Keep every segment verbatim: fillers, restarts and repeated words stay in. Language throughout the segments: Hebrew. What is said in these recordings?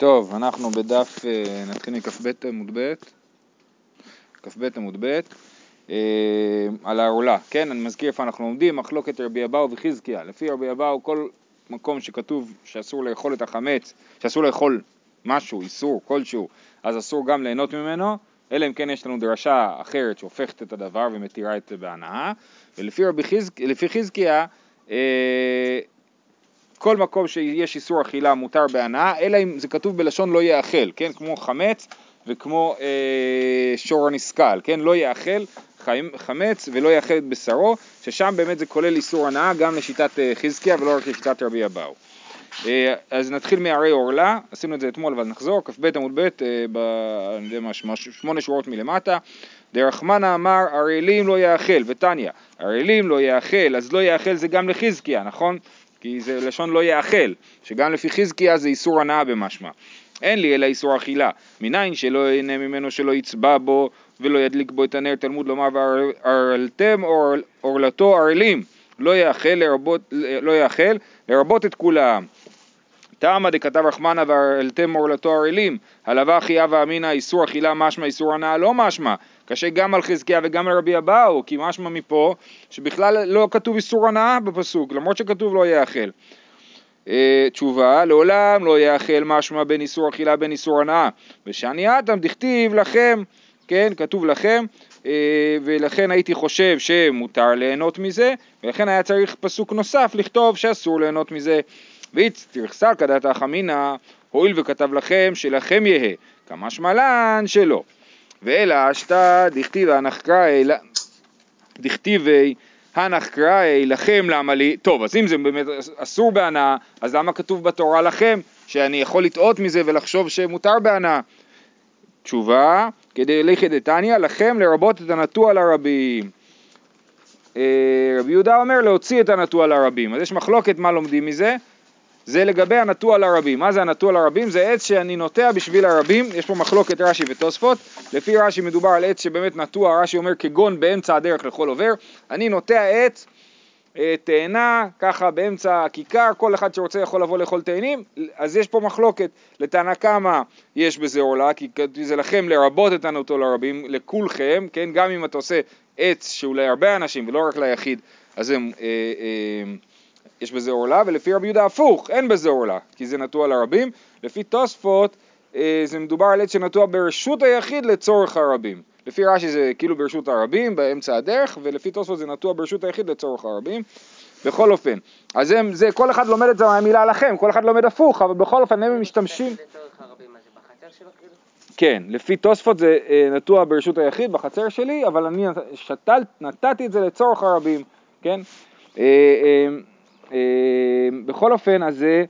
טוב, אנחנו בדף, נתחיל מכ"ב עמוד ב', כ"ב עמוד ב', על העורלה, כן? אני מזכיר איפה אנחנו עומדים, מחלוקת רבי אבאו וחזקיה. לפי רבי אבאו, כל מקום שכתוב שאסור לאכול את החמץ, שאסור לאכול משהו, איסור, כלשהו, אז אסור גם ליהנות ממנו, אלא אם כן יש לנו דרשה אחרת שהופכת את הדבר ומתירה את זה בהנאה. ולפי רבי חזק, לפי חזקיה, אה, כל מקום שיש איסור אכילה מותר בהנאה, אלא אם זה כתוב בלשון לא יאכל, כן? כמו חמץ וכמו אה, שור הנסקל, כן? לא יאכל חמץ ולא יאכל את בשרו, ששם באמת זה כולל איסור הנאה גם לשיטת אה, חזקיה ולא רק לשיטת רבי אבאו. אה, אז נתחיל מהרי עורלה, עשינו את זה אתמול אבל נחזור, כ"ב עמוד ב', אה, ב... אני יודע מה, שמונה שורות מלמטה. דרחמנה אמר ערלים לא יאכל, ותניא, ערלים לא יאכל, אז לא יאכל זה גם לחזקיה, נכון? כי זה לשון לא יאכל, שגם לפי חזקיה זה איסור הנאה במשמע. אין לי אלא איסור אכילה, מניין שלא ייהנה ממנו שלא יצבע בו ולא ידליק בו את הנר, תלמוד לומר וערלתם עורלתו ערלים, לא יאכל לרבות, לא יאכל לרבות את כולם. תמה דכתב רחמנה וערלתם עורלתו ערלים, הלווה חיה ואמינה איסור אכילה משמע, איסור הנאה לא משמע. קשה גם על חזקיה וגם על רבי אבאו, כי משמע מפה שבכלל לא כתוב איסור הנאה בפסוק, למרות שכתוב לא יאכל. אה, תשובה, לעולם לא יאכל משמע בין איסור אכילה בין איסור הנאה, ושאני אתם דכתיב לכם, כן, כתוב לכם, אה, ולכן הייתי חושב שמותר ליהנות מזה, ולכן היה צריך פסוק נוסף לכתוב שאסור ליהנות מזה. ויץ תרחסה כדת החמינה, הועיל וכתב לכם שלכם יהיה, כמה שמלן שלא. ואלא אשתא דכתיב הנחקראי, דכתיבי הנחקראי לכם למה לי, טוב, אז אם זה באמת אסור בהנאה, אז למה כתוב בתורה לכם, שאני יכול לטעות מזה ולחשוב שמותר בהנאה? תשובה, כדי לכי דתניא, לכם לרבות את הנטוע לרבים. רבי יהודה אומר להוציא את הנטוע לרבים, אז יש מחלוקת מה לומדים מזה, זה לגבי הנטוע לרבים. מה זה הנטוע לרבים? זה עץ שאני נוטע בשביל הרבים, יש פה מחלוקת רש"י ותוספות, לפי רש"י מדובר על עץ שבאמת נטוע, רש"י אומר כגון באמצע הדרך לכל עובר, אני נוטע עץ, תאנה, ככה באמצע הכיכר, כל אחד שרוצה יכול לבוא לאכול תאנים, אז יש פה מחלוקת, לטענה כמה יש בזה עולה, כי זה לכם לרבות את הנטוע לרבים, לכולכם, כן? גם אם אתה עושה עץ שהוא להרבה אנשים ולא רק ליחיד, אז הם... אה, אה, יש בזה עורלה, ולפי רבי יהודה הפוך, אין בזה עורלה, כי זה נטוע לרבים. לפי תוספות, אה, זה מדובר על עץ שנטוע ברשות היחיד לצורך הרבים. לפי רש"י זה כאילו ברשות הרבים, באמצע הדרך, ולפי תוספות זה נטוע ברשות היחיד לצורך הרבים. בכל אופן, אז זה, זה, כל אחד לומד את זה מהמילה לכם, כל אחד לומד הפוך, אבל בכל אופן הם משתמשים... לצורך הרבים, מה זה בחצר שלו כאילו? כן, לפי תוספות זה אה, נטוע ברשות היחיד, בחצר שלי, אבל אני שתל, נתתי את זה לצורך הרבים, כן? אה, אה, בכל אופן, אז זה,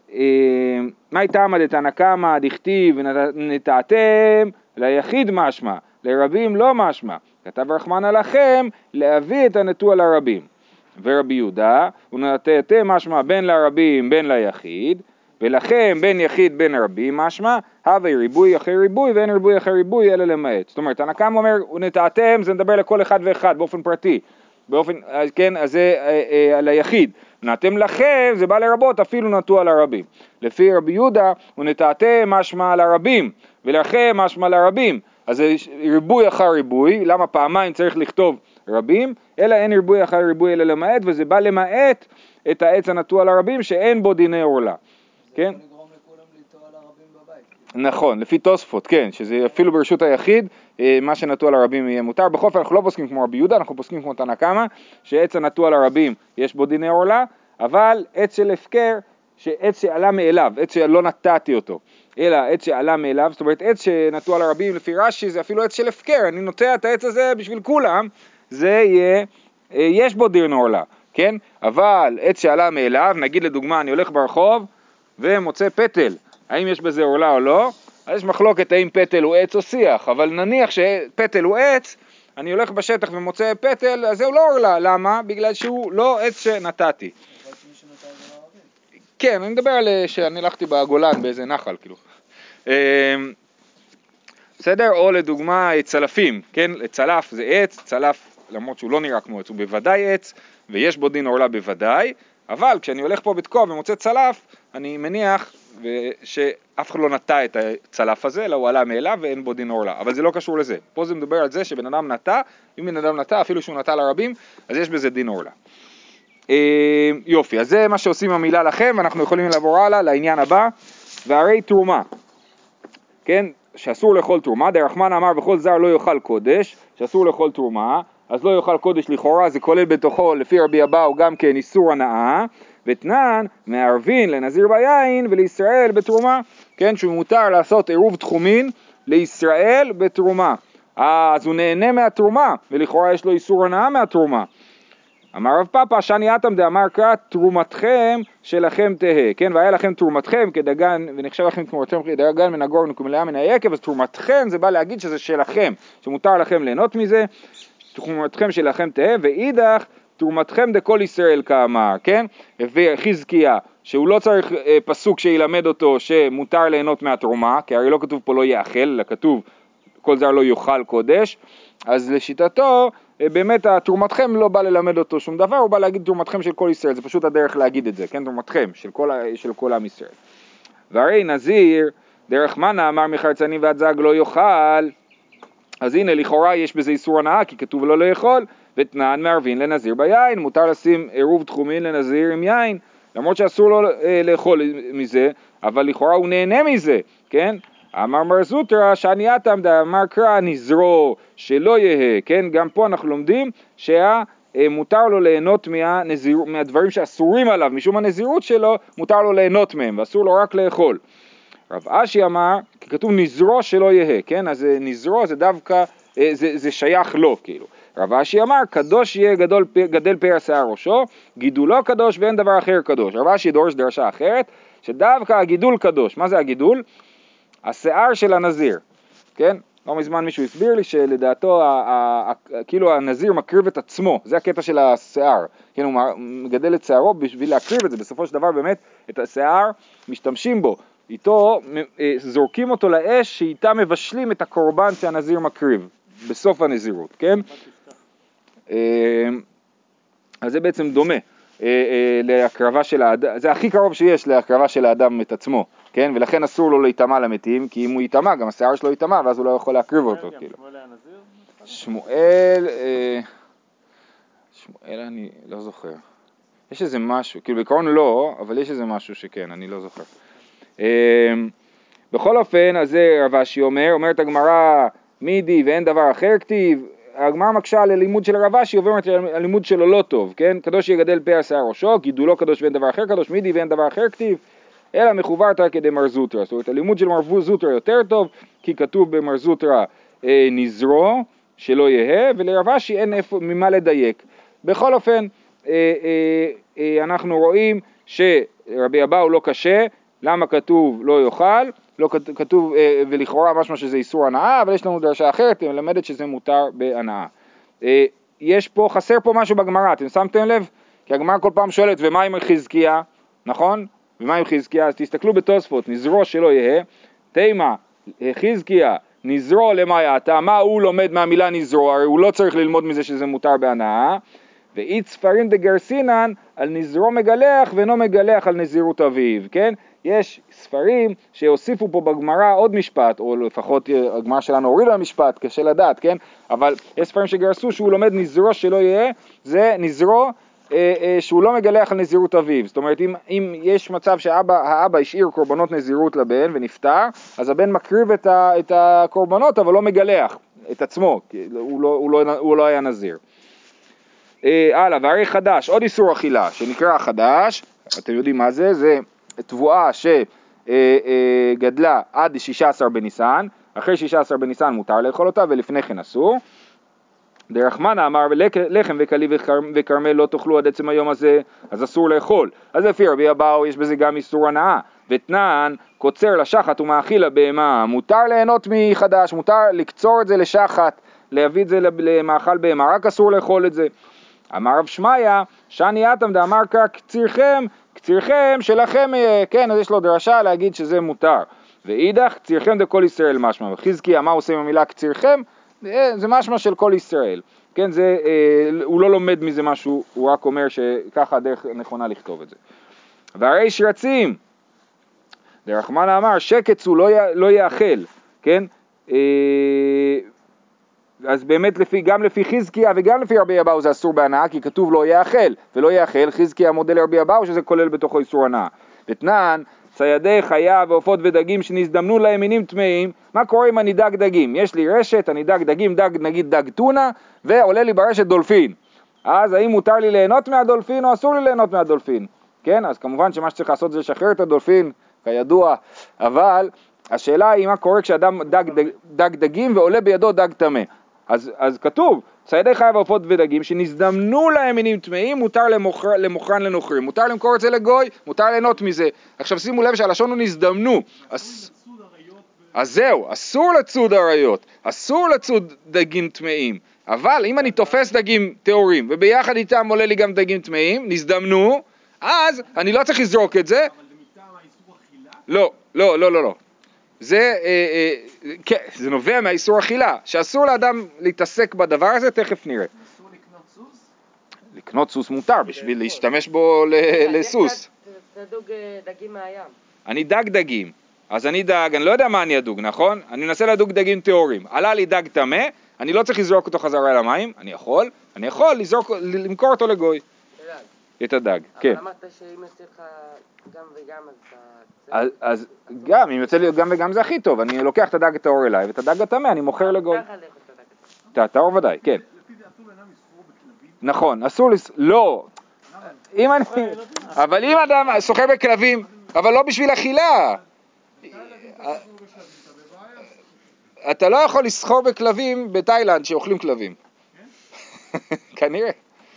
מה הייתה עמדת הנקמה, דכתיב ונטעתם ליחיד משמע, לרבים לא משמע, כתב רחמנה לכם להביא את הנטוע לרבים. ורבי יהודה, ונטעתם משמע בין לרבים בין ליחיד, ולכם בין יחיד בין רבים משמע, הווי ריבוי אחרי ריבוי ואין ריבוי אחרי ריבוי אלא למעט. זאת אומרת, הנקמה אומר, ונטעתם זה מדבר לכל אחד ואחד באופן פרטי, באופן, כן, אז זה אה, אה, על היחיד. נתם לכם, זה בא לרבות, אפילו נטוע לרבים. לפי רבי יהודה, ונטעתם משמע לרבים, ולכם משמע לרבים. אז זה ריבוי אחר ריבוי, למה פעמיים צריך לכתוב רבים, אלא אין ריבוי אחר ריבוי אלא למעט, וזה בא למעט את העץ הנטוע לרבים, שאין בו דיני עורלה. כן? זה יכול לגרום לכולם לטוע לרבים בבית. נכון, לפי תוספות, כן, שזה אפילו ברשות היחיד, מה שנטוע לרבים יהיה מותר. בכל אופן, אנחנו לא פוסקים כמו רבי יהודה, אנחנו פוסקים כמו תנא קמא, שעץ הנטוע לרבים יש בו דיני עורלה, אבל עץ של הפקר, שעץ שעלה מאליו, עץ שלא נתתי אותו, אלא עץ שעלה מאליו, זאת אומרת, עץ שנטוע לרבים לפי רש"י, זה אפילו עץ של הפקר, אני נוטע את העץ הזה בשביל כולם, זה יהיה, יש בו דין עורלה, כן? אבל עץ שעלה מאליו, נגיד לדוגמה, אני הולך ברחוב ומוצא פטל, האם יש בזה עורלה או לא? אז יש מחלוקת האם פטל הוא עץ או שיח, אבל נניח שפטל הוא עץ, אני הולך בשטח ומוצא פטל, אז זהו לא עורלה, למה? בגלל שהוא לא עץ שנתתי. כן, אני מדבר על שאני הלכתי בגולן באיזה נחל, כאילו. בסדר? או לדוגמה צלפים, כן? צלף זה עץ, צלף, למרות שהוא לא נראה כמו עץ, הוא בוודאי עץ, ויש בו דין עורלה בוודאי, אבל כשאני הולך פה בתקוע ומוצא צלף, אני מניח שאף אחד לא נטע את הצלף הזה, אלא הוא עלה מאליו ואין בו דין עורלה. אבל זה לא קשור לזה. פה זה מדבר על זה שבן אדם נטע, אם בן אדם נטע, אפילו שהוא נטע לרבים, אז יש בזה דין עורלה. אה, יופי, אז זה מה שעושים המילה לכם, ואנחנו יכולים לעבור הלאה לעניין הבא, והרי תרומה, כן, שאסור לאכול תרומה, דרחמן אמר וכל זר לא יאכל קודש, שאסור לאכול תרומה, אז לא יאכל קודש לכאורה, זה כולל בתוכו, לפי רבי אבאו, גם כן איסור הנאה, ותנן מערבין לנזיר ביין ולישראל בתרומה, כן, שהוא מותר לעשות עירוב תחומין לישראל בתרומה, אז הוא נהנה מהתרומה, ולכאורה יש לו איסור הנאה מהתרומה. אמר רב פאפא, שאני אתם דאמר קרא תרומתכם שלכם תהה, כן, והיה לכם תרומתכם כדגן, ונחשב לכם תרומתכם כדגן מן הגורן וכמלאה מן היקב, אז תרומתכם זה בא להגיד שזה שלכם, שמותר לכם ליהנות מזה, תרומתכם שלכם תהה, ואידך תרומתכם דכל ישראל כאמר, כן, וחזקיה, שהוא לא צריך אה, פסוק שילמד אותו שמותר ליהנות מהתרומה, כי הרי לא כתוב פה לא יאכל, אלא כתוב כל זר לא יאכל קודש, אז לשיטתו, באמת התרומתכם לא בא ללמד אותו שום דבר, הוא בא להגיד תרומתכם של כל ישראל, זה פשוט הדרך להגיד את זה, כן, תרומתכם של כל, של כל עם ישראל. והרי נזיר, דרך מנה אמר מחרצני ועד זג לא יאכל, אז הנה לכאורה יש בזה איסור הנאה, כי כתוב לא לאכול, ותנן מערבין לנזיר ביין, מותר לשים עירוב תחומין לנזיר עם יין, למרות שאסור לו אה, לאכול מזה, אבל לכאורה הוא נהנה מזה, כן? אמר מר זוטרא שאני אתם דאמר קרא נזרו שלא יהה, כן, גם פה אנחנו לומדים שמותר לו ליהנות מהנזיר, מהדברים שאסורים עליו, משום הנזירות שלו מותר לו ליהנות מהם ואסור לו רק לאכול. רב אשי אמר, כי כתוב נזרו שלא יהה, כן, אז נזרו זה דווקא, זה, זה שייך לו כאילו. רב אשי אמר קדוש יהיה גדול, גדל פרא שיער ראשו, גידולו קדוש ואין דבר אחר קדוש. רב אשי דורש דרשה אחרת שדווקא הגידול קדוש. מה זה הגידול? השיער של הנזיר, כן? לא מזמן מישהו הסביר לי שלדעתו, ה- ה- ה- כאילו הנזיר מקריב את עצמו, זה הקטע של השיער, כן? הוא מגדל את שיערו בשביל להקריב את זה, בסופו של דבר באמת את השיער משתמשים בו, איתו זורקים אותו לאש שאיתה מבשלים את הקורבן שהנזיר מקריב, בסוף הנזירות, כן? אז זה בעצם דומה להקרבה של האדם, זה הכי קרוב שיש להקרבה של האדם את עצמו, כן? ולכן אסור לו להיטמע למתים, כי אם הוא ייטמע, גם השיער שלו ייטמע, ואז הוא לא יכול להקריב אותו, כאילו. שמואל, שמואל אני לא זוכר. יש איזה משהו, כאילו בעיקרון לא, אבל יש איזה משהו שכן, אני לא זוכר. בכל אופן, אז זה רב אשי אומר, אומרת הגמרא מידי ואין דבר אחר כתיב, הגמרא מקשה על הלימוד של רב אשי, עוברת על הלימוד שלו לא טוב, כן? קדוש יגדל פרא שיער ראשו, גידולו קדוש ואין דבר אחר קדוש, מידי ואין דבר אחר כתיב, אלא מחוברתא כדי מר זוטרא. זאת אומרת, הלימוד של מר זוטרא יותר טוב, כי כתוב במר זוטרא אה, נזרו, שלא יהה, ולרב אשי אין איפה, ממה לדייק. בכל אופן, אה, אה, אה, אנחנו רואים שרבי אבאו לא קשה, למה כתוב לא יאכל, לא כתוב, אה, ולכאורה משמע שזה איסור הנאה, אבל יש לנו דרשה אחרת, היא מלמדת שזה מותר בהנאה. אה, יש פה, חסר פה משהו בגמרא, אתם שמתם לב? כי הגמרא כל פעם שואלת, ומה עם חזקיה, נכון? ומה עם חזקיה? אז תסתכלו בתוספות, נזרו שלא יהה, תימה, חזקיה, נזרו למה יעתה, מה הוא לומד מהמילה נזרו? הרי הוא לא צריך ללמוד מזה שזה מותר בהנאה, ואית ספרים דגרסינן על נזרו מגלח ואינו מגלח על נזירות אביו, כן? יש ספרים שהוסיפו פה בגמרא עוד משפט, או לפחות הגמרא שלנו הורידה המשפט, קשה לדעת, כן? אבל יש ספרים שגרסו שהוא לומד נזרו שלא יהיה, זה נזרו אה, אה, שהוא לא מגלח על נזירות אביו. זאת אומרת, אם, אם יש מצב שהאבא השאיר קורבנות נזירות לבן ונפטר, אז הבן מקריב את, ה, את הקורבנות, אבל לא מגלח את עצמו, הוא לא, הוא לא, הוא לא היה נזיר. הלאה, והרי חדש, עוד איסור אכילה, שנקרא חדש, אתם יודעים מה זה, זה תבואה שגדלה עד שישה עשר בניסן, אחרי שישה עשר בניסן מותר לאכול אותה, ולפני כן אסור. דרחמנה אמר, לחם וקלי וקרמל לא תאכלו עד עצם היום הזה, אז אסור לאכול. אז לפי רבי אבאו יש בזה גם איסור הנאה, ותנן קוצר לשחת ומאכיל לבהמה, מותר ליהנות מחדש, מותר לקצור את זה לשחת, להביא את זה למאכל בהמה, רק אסור לאכול את זה. אמר רב שמעיה, שאני אתם דאמר קצירכם, קצירכם שלכם יהיה, כן, אז יש לו דרשה להגיד שזה מותר. ואידך, קצירכם דכל ישראל משמע. וחזקיה, מה עושה עם המילה קצירכם? זה משמע של כל ישראל. כן, זה, אה, הוא לא לומד מזה משהו, הוא רק אומר שככה הדרך נכונה לכתוב את זה. והרי שרצים, דרחמן אמר, שקץ הוא לא, י, לא יאכל, כן? אה, אז באמת לפי, גם לפי חזקיה וגם לפי רבי אבאו זה אסור בהנאה, כי כתוב לא יאכל, ולא יאכל, חזקיה מודל רבי אבאו שזה כולל בתוכו איסור הנאה. ותנן, ציידי חיה ועופות ודגים שנזדמנו להם מינים טמאים, מה קורה אם אני דג דגים? יש לי רשת, אני דג דגים, דג נגיד דג טונה, ועולה לי ברשת דולפין. אז האם מותר לי ליהנות מהדולפין או אסור לי ליהנות מהדולפין? כן, אז כמובן שמה שצריך לעשות זה לשחרר את הדולפין, כידוע, אבל השאלה היא מה קורה כשאדם דג, דג, דג דגים ועולה בידו דג טמא. אז, אז כתוב, ציידי חיה ועופות ודגים שנזדמנו להם מינים טמאים, מותר למוכר, למוכרן לנוכרים, מותר למכור את זה לגוי, מותר ליהנות מזה. עכשיו שימו לב שהלשון הוא נזדמנו. אז, אז זהו, אסור לצוד עריות, אסור לצוד דגים טמאים, אבל אם אני תופס דגים טהורים וביחד איתם עולה לי גם דגים טמאים, נזדמנו, אז אני לא צריך לזרוק את זה. אבל זה מטעם האיסור אכילה? לא, לא, לא, לא, לא. זה, אה, אה, כן, זה נובע מהאיסור אכילה, שאסור לאדם להתעסק בדבר הזה, תכף נראה. אסור לקנות סוס? לקנות סוס מותר בשביל להשתמש בו לסוס. תדוג דגים מהים. אני דג דגים, אז אני דג, אני לא יודע מה אני אדוג, נכון? אני מנסה לדוג דגים טהורים. עלה לי דג טמא, אני לא צריך לזרוק אותו חזרה למים, אני יכול, אני יכול לזרוק, למכור אותו לגוי. את הדג, כן. אבל אמרת שאם יוצא לך גם וגם אז אתה... אז גם, אם יוצא לי גם וגם זה הכי טוב, אני לוקח את הדג הטהור אליי, ואת הדג הטמא אני מוכר לגוי. את הטהור ודאי, כן. נכון, אסור לס... לא. אם אני... אבל אם אדם סוחר בכלבים, אבל לא בשביל אכילה. אתה לא יכול לסחור בכלבים בתאילנד שאוכלים כלבים. כנראה.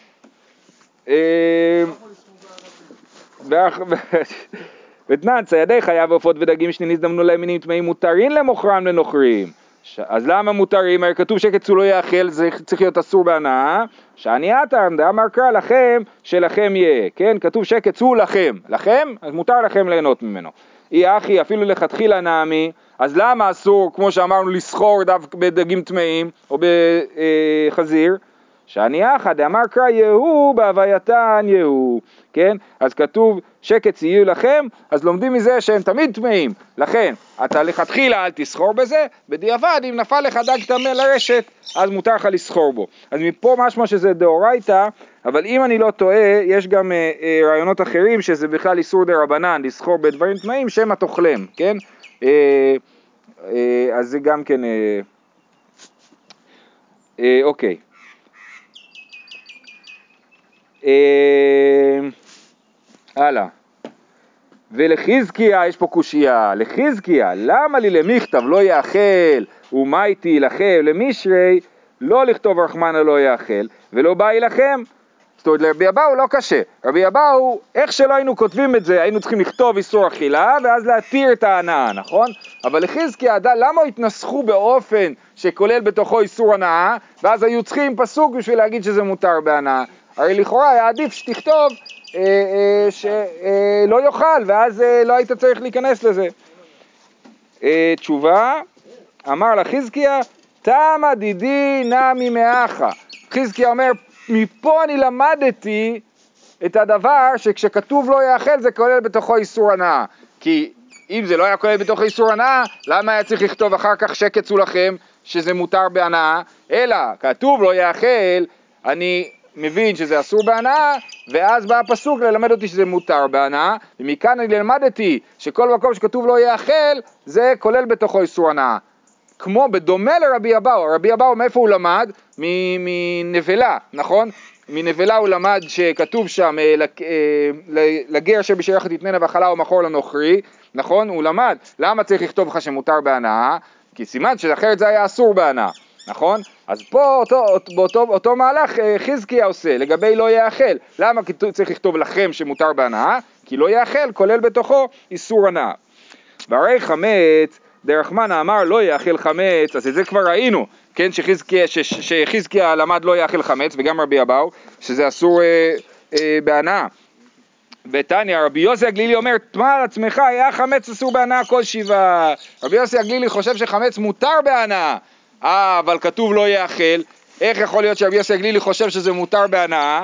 ותנן, ציידי חיה ועופות ודגים שנזדמנו להם מינים טמאים מותרים למוכרם לנוכרים. אז למה מותרים? הרי כתוב שקץ הוא לא יאכל, זה צריך להיות אסור בהנאה. שאני עתם, דאמר קרא לכם שלכם יהיה. כן, כתוב שקץ הוא לכם. לכם? אז מותר לכם ליהנות ממנו. אי אחי, אפילו לכתחילה נעמי, אז למה אסור, כמו שאמרנו, לסחור דווקא בדגים טמאים או בחזיר? שאני אחא, דאמר קרא יהו בהווייתן יהו, כן? אז כתוב שקץ יהיו לכם, אז לומדים מזה שהם תמיד טמאים, לכן אתה לכתחילה אל תסחור בזה, בדיעבד אם נפל לך דג טמא לרשת, אז מותר לך לסחור בו. אז מפה משמע שזה דאורייתא, אבל אם אני לא טועה, יש גם אה, אה, רעיונות אחרים שזה בכלל איסור דרבנן, לסחור בדברים טמאים שהם התאכלם, כן? אה, אה, אז זה גם כן, אה, אה, אוקיי. הלאה. ולחזקיה יש פה קושיה, לחזקיה, למה לי למכתב לא יאכל ומה איתי לכם למישרי לא לכתוב רחמנה לא יאכל ולא בא לכם? זאת אומרת לרבי אבאו לא קשה, רבי אבאו איך שלא היינו כותבים את זה היינו צריכים לכתוב איסור אכילה ואז להתיר את ההנאה, נכון? אבל לחזקיה למה התנסחו באופן שכולל בתוכו איסור הנאה ואז היו צריכים פסוק בשביל להגיד שזה מותר בהנאה? הרי לכאורה היה עדיף שתכתוב אה, אה, שלא יאכל, ואז אה, לא היית צריך להיכנס לזה. אה, תשובה, אמר לה חזקיה, תמה דידי נמי מאחה. חזקיה אומר, מפה אני למדתי את הדבר שכשכתוב לא יאכל זה כולל בתוכו איסור הנאה. כי אם זה לא היה כולל בתוכו איסור הנאה, למה היה צריך לכתוב אחר כך שקצו לכם שזה מותר בהנאה? אלא כתוב לא יאכל, אני... מבין שזה אסור בהנאה, ואז בא הפסוק ללמד אותי שזה מותר בהנאה, ומכאן אני למדתי שכל מקום שכתוב לא יאכל, זה כולל בתוכו איסור הנאה. כמו בדומה לרבי אבאו, רבי אבאו מאיפה הוא למד? מנבלה, נכון? מנבלה הוא למד שכתוב שם לגר אשר בשייך תתננה ואכלה ומכור לנוכרי, נכון? הוא למד, למה צריך לכתוב לך שמותר בהנאה? כי סימן שאחרת זה היה אסור בהנאה. נכון? אז פה אותו, באותו, אותו מהלך חזקיה עושה, לגבי לא יאכל. למה צריך לכתוב לכם שמותר בהנאה? כי לא יאכל, כולל בתוכו איסור הנאה. והרי חמץ, דרחמנה אמר לא יאכל חמץ, אז את זה כבר ראינו, כן? שחזקיה, ש, שחזקיה למד לא יאכל חמץ, וגם רבי אבאו, שזה אסור אה, אה, בהנאה. ותניא, רבי יוסי הגלילי אומר, תמה על עצמך, היה חמץ אסור בהנאה כל שבעה. רבי יוסי הגלילי חושב שחמץ מותר בהנאה. אה, אבל כתוב לא יאכל, איך יכול להיות שרבי יוסי הגלילי חושב שזה מותר בהנאה?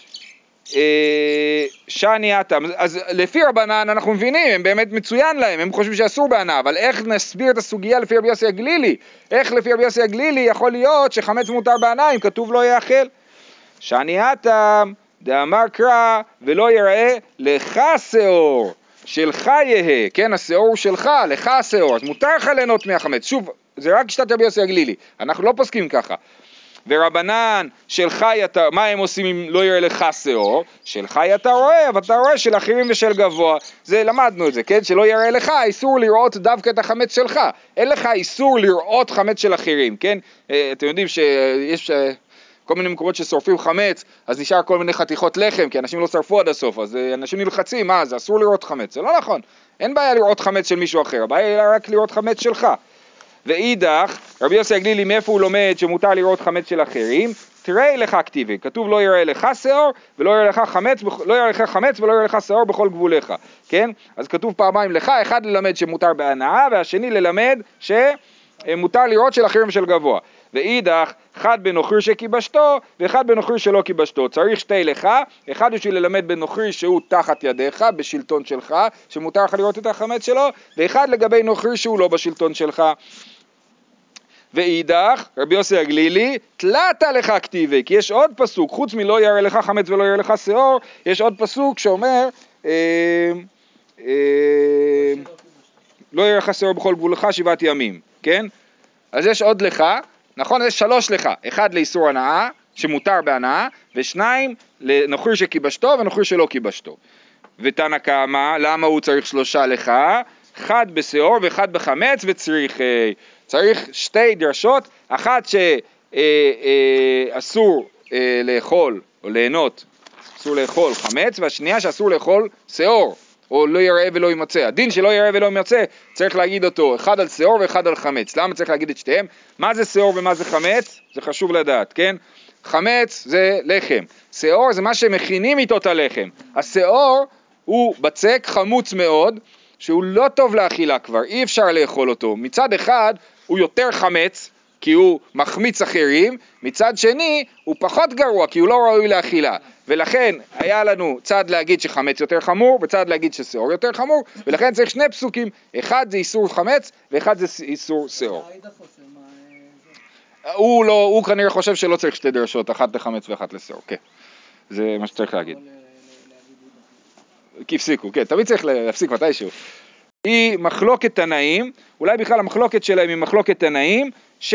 שני עתה, אז לפי רבנן אנחנו מבינים, הם באמת מצוין להם, הם חושבים שאסור בהנאה, אבל איך נסביר את הסוגיה לפי רבי יוסי הגלילי? איך לפי רבי יוסי הגלילי יכול להיות שחמץ מותר בהנאה אם כתוב לא יאכל? שני עתה, דאמר קרא ולא יראה לך שאור, שלך יהה, כן, השאור שלך, לך השאור, אז מותר לך ליהנות מהחמץ. שוב, זה רק שיטת רבי יוסי הגלילי, אנחנו לא פוסקים ככה. ורבנן של חי אתה, מה הם עושים אם לא יראה לך שאור? של חי אתה רואה, אבל אתה רואה של אחרים ושל גבוה. זה למדנו את זה, כן? שלא יראה לך, איסור לראות דווקא את החמץ שלך. אין לך איסור לראות חמץ של אחרים, כן? אתם יודעים שיש כל מיני מקומות ששורפים חמץ, אז נשאר כל מיני חתיכות לחם, כי אנשים לא שרפו עד הסוף, אז אנשים נלחצים, מה, זה אסור לראות חמץ. זה לא נכון. אין בעיה לראות חמץ של מישהו אחר, הבעיה רק לראות חמץ שלך. ואידך, רבי יוסי הגלילי מאיפה הוא לומד שמותר לראות חמץ של אחרים? תראה לך כתיבי, כתוב לא יראה לך שאור ולא יראה לך חמץ, לא יראה לך חמץ ולא יראה לך שאור בכל גבוליך, כן? אז כתוב פעמיים לך, אחד ללמד שמותר בהנאה והשני ללמד שמותר לראות של אחרים ושל גבוה. ואידך, אחד בנוכרי שכיבשתו ואחד בנוכרי שלא כיבשתו. צריך שתי לך, אחד בשביל ללמד בנוכרי שהוא תחת ידיך, בשלטון שלך, שמותר לך לראות את החמץ שלו, ואחד לגבי נוכרי שהוא לא בשלטון שלך. ואידך, רבי יוסי הגלילי, תלת לך כתיבי, כי יש עוד פסוק, חוץ מלא יראה לך חמץ ולא יראה לך שאור, יש עוד פסוק שאומר, אה, אה, לא יראה לך שאור בכל גבולך שבעת ימים, כן? אז יש עוד לך, נכון? יש שלוש לך, אחד לאיסור הנאה, שמותר בהנאה, ושניים לנוכרי שכיבשתו ונוכרי שלא כיבשתו. ותנא קמא, למה הוא צריך שלושה לך? אחד בשאור ואחד בחמץ וצריך, צריך שתי דרשות, אחת שאסור לאכול או ליהנות, אסור לאכול חמץ, והשנייה שאסור לאכול שאור, או לא יראה ולא ימצא. הדין שלא יראה ולא ימצא, צריך להגיד אותו, אחד על שאור ואחד על חמץ. למה צריך להגיד את שתיהם? מה זה שאור ומה זה חמץ? זה חשוב לדעת, כן? חמץ זה לחם, שאור זה מה שמכינים איתו את הלחם. השאור הוא בצק חמוץ מאוד, שהוא לא טוב לאכילה כבר, אי אפשר לאכול אותו. מצד אחד הוא יותר חמץ, כי הוא מחמיץ אחרים, מצד שני הוא פחות גרוע, כי הוא לא ראוי לאכילה. ולכן היה לנו צד להגיד שחמץ יותר חמור, וצד להגיד ששאור יותר חמור, ולכן צריך שני פסוקים, אחד זה איסור חמץ, ואחד זה איסור שאור. הוא לא, הוא כנראה חושב שלא צריך שתי דרשות, אחת לחמץ ואחת לשאור, כן. זה מה שצריך להגיד. כי הפסיקו, כן, תמיד צריך להפסיק מתישהו. היא מחלוקת תנאים, אולי בכלל המחלוקת שלהם היא מחלוקת תנאים,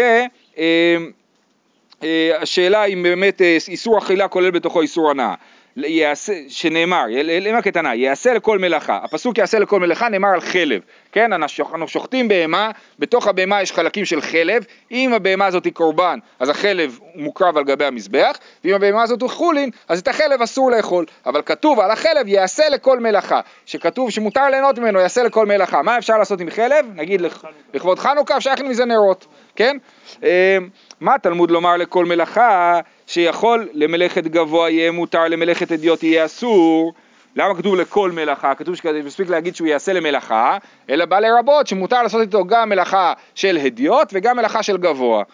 שהשאלה אם באמת איסור אכילה כולל בתוכו איסור הנאה. שנאמר, למה כתנה, יעשה לכל מלאכה, הפסוק יעשה לכל מלאכה נאמר על חלב, כן, אנחנו שוחטים בהמה, בתוך הבהמה יש חלקים של חלב, אם הבהמה הזאת היא קורבן, אז החלב מוקרב על גבי המזבח, ואם הבהמה הזאת הוא חולין, אז את החלב אסור לאכול, אבל כתוב על החלב יעשה לכל מלאכה, שכתוב שמותר ליהנות ממנו, יעשה לכל מלאכה, מה אפשר לעשות עם חלב? נגיד לכבוד חנוכה, אפשר להכין מזה נרות, כן? מה תלמוד לומר לכל מלאכה? שיכול למלאכת גבוה יהיה מותר, למלאכת אדיוט יהיה אסור. למה כתוב לכל מלאכה? כתוב שמספיק להגיד שהוא יעשה למלאכה, אלא בא לרבות שמותר לעשות איתו גם מלאכה של אדיוט וגם מלאכה של גבוה.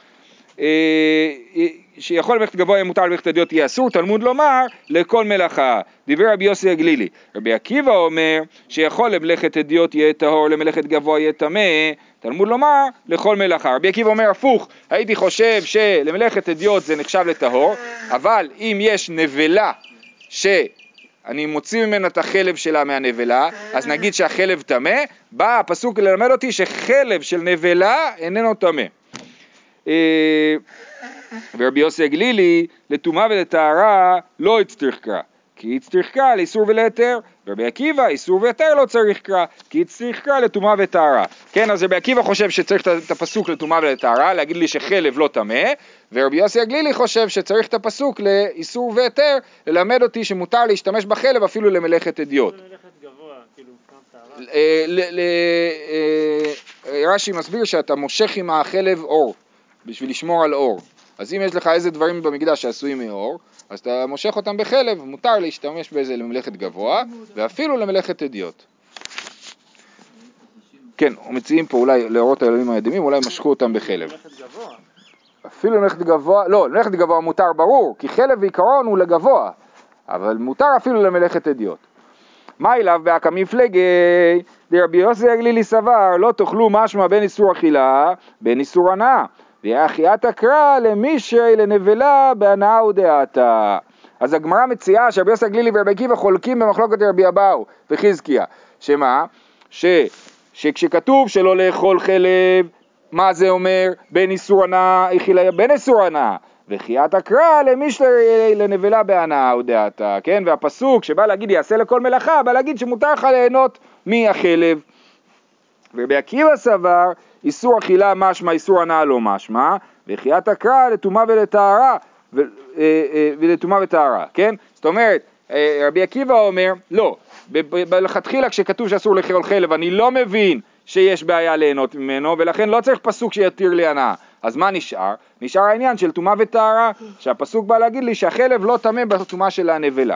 שיכול למלאכת גבוה יהיה מותר, למלאכת אדיוט יהיה אסור, תלמוד לומר לכל מלאכה. דיבר רבי יוסי הגלילי. רבי עקיבא אומר שיכול למלאכת אדיוט יהיה טהור, למלאכת גבוה יהיה טמא, תלמוד לומר לכל מלאכה. רבי עקיבא אומר הפוך, הייתי חושב שלמלאכת אדיוט זה נחשב לטהור, אבל אם יש נבלה שאני מוציא ממנה את החלב שלה מהנבלה, אז נגיד שהחלב טמא, בא הפסוק ללמד אותי שחלב של נבלה איננו טמא. ורבי יוסי הגלילי לטומאה ולטהרה לא יצטרך קרא, כי יצטרך קרא לאיסור ולהיתר, ורבי עקיבא איסור והיתר לא צריך קרא, כי יצטרך קרא לטומאה וטהרה. כן, אז רבי עקיבא חושב שצריך את הפסוק לטומאה ולטהרה, להגיד לי שחלב לא טמא, ורבי יוסי הגלילי חושב שצריך את הפסוק לאיסור והיתר, ללמד אותי שמותר להשתמש בחלב אפילו למלאכת אדיוט. רש"י מסביר שאתה מושך עם החלב אור, בשביל לשמור על אור. אז אם יש לך איזה דברים במקדש שעשויים מאור, אז אתה מושך אותם בחלב, מותר להשתמש באיזה למלאכת גבוה, ואפילו למלאכת אדיוט. כן, מציעים פה אולי לאורות האלוהים הידומים, אולי משכו אותם בחלב. אפילו ללכת גבוה, לא, ללכת גבוה מותר ברור, כי חלב ועיקרון הוא לגבוה, אבל מותר אפילו למלאכת אדיוט. מה אליו באקא מפלגי, דרבי יוסי הגלילי סבר, לא תאכלו משמע בין איסור אכילה, בין איסור הנאה, ואחיית הקרא למישרי לנבלה בהנאה ודעתה. אז הגמרא מציעה שרבי יוסי הגלילי ורבי עקיבא חולקים במחלוקת רבי אבאו וחזקיה, שמה? ש, שכשכתוב שלא לאכול חלב, מה זה אומר? בין איסור הנאה, אכילה בין איסור הנאה, וחיית הקרא למישרי לנבלה בהנאה ודעתה, כן? והפסוק שבא להגיד יעשה לכל מלאכה, בא להגיד שמותר לך ליהנות מהחלב. ורבי עקיבא סבר, איסור אכילה משמע, איסור הנאה לא משמע, וחיית הקרא לטומאה ולטהרה, ולטומאה וטהרה, כן? זאת אומרת, רבי עקיבא אומר, לא, בלכתחילה כשכתוב שאסור לאכול חלב, אני לא מבין שיש בעיה ליהנות ממנו, ולכן לא צריך פסוק שיתיר לי הנאה. אז מה נשאר? נשאר העניין של טומאה וטהרה, שהפסוק בא להגיד לי שהחלב לא טמא בטומאה של הנבלה.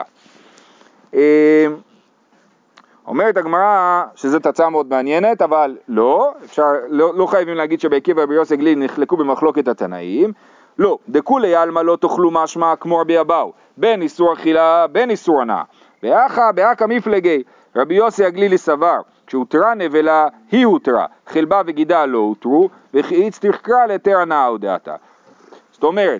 אומרת הגמרא שזאת הצעה מאוד מעניינת, אבל לא, אפשר, לא, לא חייבים להגיד שרבי עקיבא ורבי יוסי הגלילי נחלקו במחלוקת התנאים. לא, דכולי עלמא לא תאכלו משמע כמו רבי אבאו, בין איסור אכילה, בין איסור הנאה. ואחא באקא מפלגי, רבי יוסי הגלילי סבר, כשהותרה נבלה היא הותרה, חלבה וגידה לא הותרו, וכי תחקרה להתר הנאה ודעתה. זאת אומרת,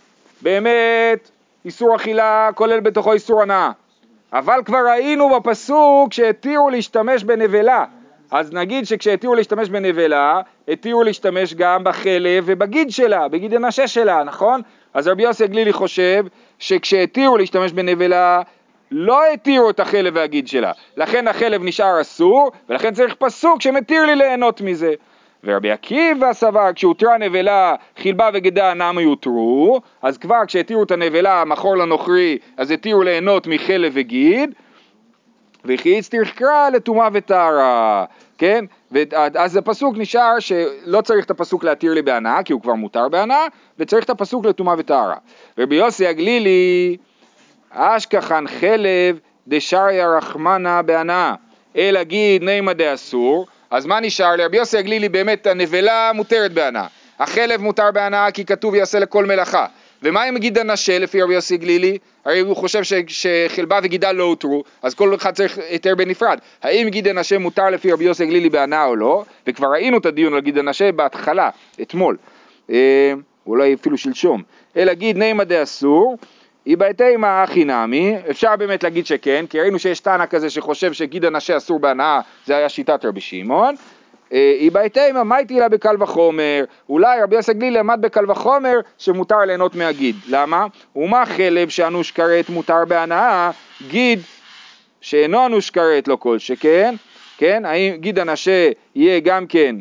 באמת איסור אכילה כולל בתוכו איסור הנאה, אבל כבר ראינו בפסוק שהתירו להשתמש בנבלה, אז נגיד שכשהתירו להשתמש בנבלה, התירו להשתמש גם בחלב ובגיד שלה, בגיד הנשה שלה, נכון? אז רבי יוסי הגלילי חושב שכשהתירו להשתמש בנבלה, לא התירו את החלב והגיד שלה, לכן החלב נשאר אסור, ולכן צריך פסוק שמתיר לי ליהנות מזה. ורבי עקיבא סבר, כשהותרה נבלה, חלבה וגידה אינם יותרו, אז כבר כשהתירו את הנבלה, מחור לנוכרי, אז התירו ליהנות מחלב וגיד, וכי תחקרה לטומאה וטהרה, כן? אז הפסוק נשאר שלא צריך את הפסוק להתיר לי בהנאה, כי הוא כבר מותר בהנאה, וצריך את הפסוק לטומאה וטהרה. ורבי יוסי הגלילי, אשכחן חלב דשריה רחמנה בהנאה, אלא גיד נימה דאסור. אז מה נשאר? לרבי יוסי הגלילי באמת הנבלה מותרת בהנאה, החלב מותר בהנאה כי כתוב יעשה לכל מלאכה. ומה עם גיד הנשה לפי רבי יוסי הגלילי? הרי הוא חושב ש, שחלבה וגידה לא הותרו, אז כל אחד צריך היתר בנפרד. האם גיד הנשה מותר לפי רבי יוסי הגלילי בהנאה או לא? וכבר ראינו את הדיון על גיד הנשה בהתחלה, אתמול, אה, אולי אפילו שלשום. אלא גיד נימה דאסור, היא בהתאמה הכי נמי, אפשר באמת להגיד שכן, כי ראינו שיש טענה כזה שחושב שגיד הנשה אסור בהנאה, זה היה שיטת רבי שמעון. היא בהתאמה, מה הייתי לה בקל וחומר? אולי רבי יוסי הגלילי למד בקל וחומר שמותר ליהנות מהגיד. למה? ומה חלב שאנוש כרת מותר בהנאה, גיד שאינו אנוש כרת לא כל שכן, כן? האם גיד הנשה יהיה גם כן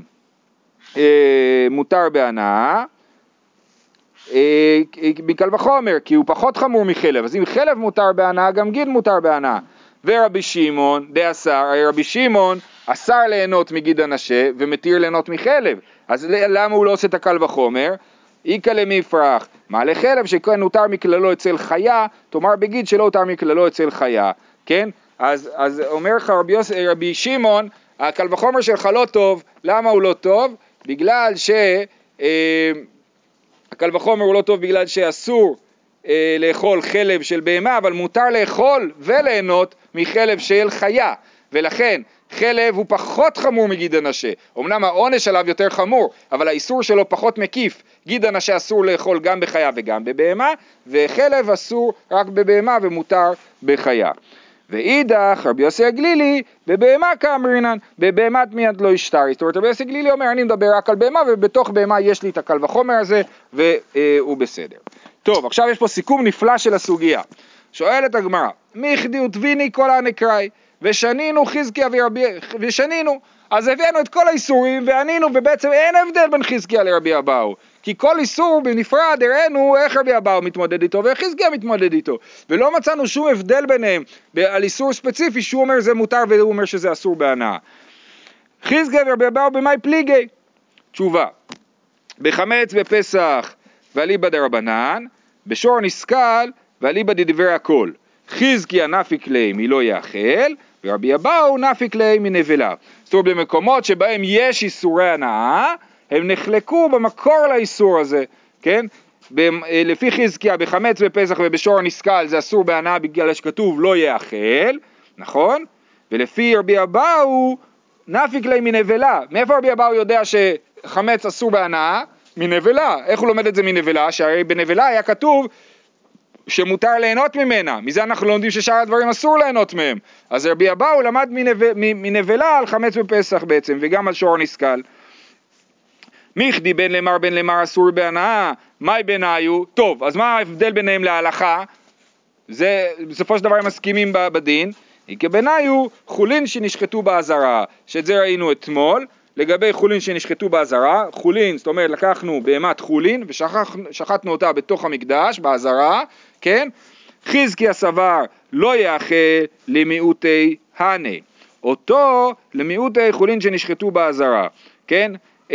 אה, מותר בהנאה? בקל וחומר, כי הוא פחות חמור מחלב, אז אם חלב מותר בהנאה, גם גיד מותר בהנאה. ורבי שמעון דאסר, רבי שמעון אסר ליהנות מגיד הנשה ומתיר ליהנות מחלב, אז למה הוא לא עושה את הקל וחומר? איקא למפרח, מעלה חלב שכן הותר מכללו אצל חיה, תאמר בגיד שלא הותר מכללו אצל חיה, כן? אז, אז אומר לך רבי, רבי שמעון, הקל וחומר שלך לא טוב. למה הוא לא טוב? בגלל ש... אה, הקל וחומר הוא לא טוב בגלל שאסור אה, לאכול חלב של בהמה, אבל מותר לאכול וליהנות מחלב של חיה, ולכן חלב הוא פחות חמור מגיד הנשה. אמנם העונש עליו יותר חמור, אבל האיסור שלו פחות מקיף. גיד הנשה אסור לאכול גם בחיה וגם בבהמה, וחלב אסור רק בבהמה ומותר בחיה. ואידך רבי יוסי הגלילי בבהמה כאמרינן, בבהמת מיד לא ישתרי. זאת אומרת רבי יוסי הגלילי אומר אני מדבר רק על בהמה, ובתוך בהמה יש לי את הקל וחומר הזה והוא בסדר. טוב, עכשיו יש פה סיכום נפלא של הסוגיה. שואלת הגמרא, מיכדי ותביני כל הנקראי, ושנינו חזקיה ורבי, ושנינו, אז הבאנו את כל האיסורים וענינו, ובעצם אין הבדל בין חזקיה לרבי אבאו, כי כל איסור בנפרד הראינו איך רבי אבאו מתמודד איתו ואיך חזקיה מתמודד איתו, ולא מצאנו שום הבדל ביניהם על איסור ספציפי שהוא אומר זה מותר והוא אומר שזה אסור בהנאה. חזקיה ורבי אבאו במאי פליגי? תשובה, בחמץ בפסח ואליבא דרבנן, בשור נסקל ואליבא דדברי הכל. חזקיה נפיק ליה מלא יאכל, ורבי אבאו נפיק ליה מנבלה. זאת אומרת, במקומות שבהם יש איסורי הנאה, הם נחלקו במקור לאיסור הזה, כן? לפי חזקיה בחמץ בפסח ובשור נסקל זה אסור בהנאה בגלל שכתוב לא יאכל, נכון? ולפי רבי אבאו נפיק לי מנבלה. מאיפה רבי אבאו יודע שחמץ אסור בהנאה? מנבלה. איך הוא לומד את זה מנבלה? שהרי בנבלה היה כתוב שמותר ליהנות ממנה. מזה אנחנו לומדים ששאר הדברים אסור ליהנות מהם. אז רבי אבאו למד מנבלה על חמץ בפסח בעצם, וגם על שור נסקל. מיכדי בין למר בין למר אסור בהנאה, מהי ביניו? טוב, אז מה ההבדל ביניהם להלכה? זה בסופו של דבר הם מסכימים בדין. כי ביניו חולין שנשחטו בעזרה, שאת זה ראינו אתמול, לגבי חולין שנשחטו בעזרה, חולין, זאת אומרת לקחנו בהמת חולין ושחטנו אותה בתוך המקדש, בעזרה, כן? חזקיה סבר לא יאכל למיעוטי הנה, אותו למיעוטי חולין שנשחטו בעזרה, כן?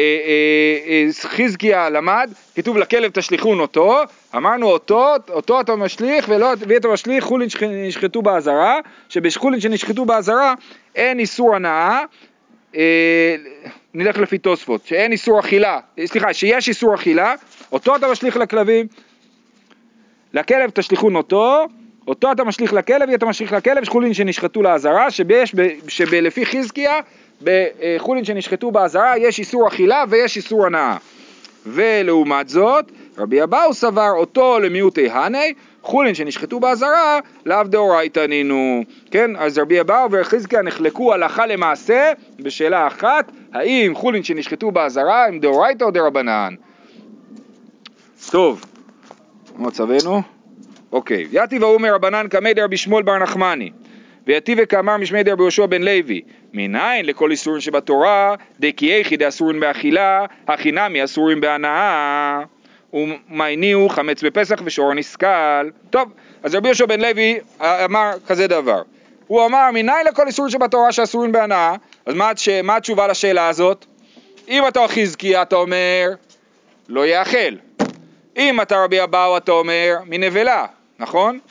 חזקיה למד, כתוב לכלב תשליכון אותו, אמרנו אותו, אותו אתה משליך ולא, ואתה משליך חולין שנשחטו בעזרה, שבחולין שנשחטו בעזרה אין איסור הנאה, אה, נלך לפי תוספות, שאין איסור אכילה, סליחה, שיש איסור אכילה, אותו אתה משליך לכלבים, לכלב תשליכון אותו, אותו אתה משליך לכלב, ואתה משליך לכלב שחולין שנשחטו לעזרה, שיש, שבלפי חזקיה, בחולין שנשחטו בעזרה יש איסור אכילה ויש איסור הנאה. ולעומת זאת רבי אבאו סבר אותו למיעוטי הני, חולין שנשחטו בעזרה לאו דאורייתא נינו. כן, אז רבי אבאו וחזקיה נחלקו הלכה למעשה בשאלה אחת, האם חולין שנשחטו בעזרה הם דאורייתא או דרבנן. טוב, מצבנו? אוקיי, יתיב האומר רבנן קמי דרבי שמואל בר נחמני, ויתיב כאמר משמי דרבי יהושע בן לוי, מניין לכל איסורים שבתורה, דקייכי דאסורים באכילה, הכי נמי אסורים בהנאה, ומייניהו חמץ בפסח ושור נסקל. טוב, אז רבי יהושע בן לוי אמר כזה דבר, הוא אמר מניין לכל איסורים שבתורה שאסורים בהנאה, אז מה, מה התשובה לשאלה הזאת? אם אתה חזקיה אתה אומר לא יאכל, אם אתה רבי אבאו אתה אומר מנבלה, נכון?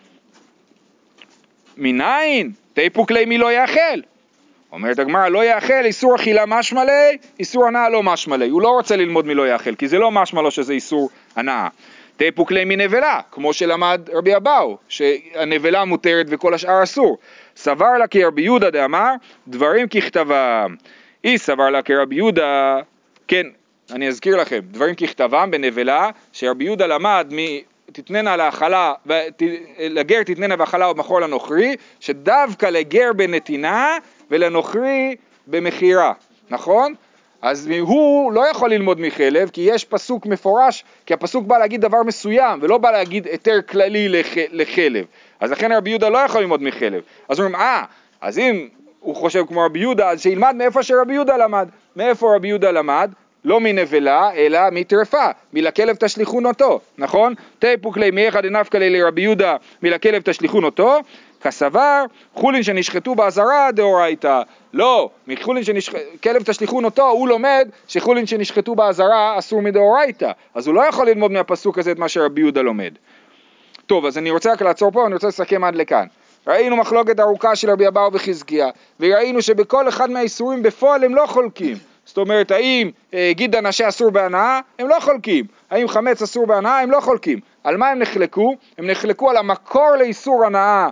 מניין? תיפוק לי מי לא יאכל. אומרת הגמרא, לא יאכל, איסור אכילה משמע לי, איסור הנאה לא משמע לי. הוא לא רוצה ללמוד מי לא יאכל, כי זה לא משמע לו שזה איסור הנאה. תיפוק לי מנבלה, כמו שלמד רבי אבאו, שהנבלה מותרת וכל השאר אסור. סבר לה כרבי יהודה דאמר, דברים ככתבם. היא סבר לה כרבי יהודה, כן, אני אזכיר לכם, דברים ככתבם בנבלה, שרבי יהודה למד מ... תתננה להאכלה, לגר תתננה והאכלה ובמחור לנוכרי, שדווקא לגר בנתינה ולנוכרי במחירה, נכון? אז הוא לא יכול ללמוד מחלב, כי יש פסוק מפורש, כי הפסוק בא להגיד דבר מסוים, ולא בא להגיד היתר כללי לח, לחלב. אז לכן רבי יהודה לא יכול ללמוד מחלב. אז אומרים, אה, אז אם הוא חושב כמו רבי יהודה, אז שילמד מאיפה שרבי יהודה למד. מאיפה רבי יהודה למד? לא מנבלה, אלא מטרפה, מלכלב תשליכון אותו, נכון? תיפוק לי מאיכא דנפקא לי לרבי יהודה, מלכלב תשליכון אותו, כסבר, חולין שנשחטו בעזרה דאורייתא. לא, מחולין שכלב תשליכון אותו, הוא לומד שחולין שנשחטו בעזרה אסור מדאורייתא, אז הוא לא יכול ללמוד מהפסוק הזה את מה שרבי יהודה לומד. טוב, אז אני רוצה רק לעצור פה, אני רוצה לסכם עד לכאן. ראינו מחלוקת ארוכה של רבי אבאו וחזקיה, וראינו שבכל אחד מהאיסורים בפועל הם לא חולקים. זאת אומרת, האם אה, גיד אנשי אסור בהנאה? הם לא חולקים. האם חמץ אסור בהנאה? הם לא חולקים. על מה הם נחלקו? הם נחלקו על המקור לאיסור הנאה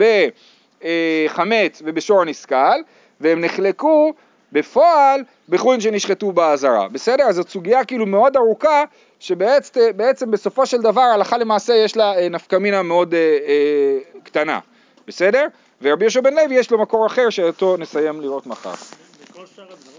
בחמץ ובשור נסקל, והם נחלקו בפועל בחולין שנשחטו בעזרה. בסדר? אז זאת סוגיה כאילו מאוד ארוכה, שבעצם בסופו של דבר הלכה למעשה יש לה אה, נפקמינה מאוד אה, אה, קטנה. בסדר? ורבי יהושע בן לוי יש לו מקור אחר שאותו נסיים לראות מחר.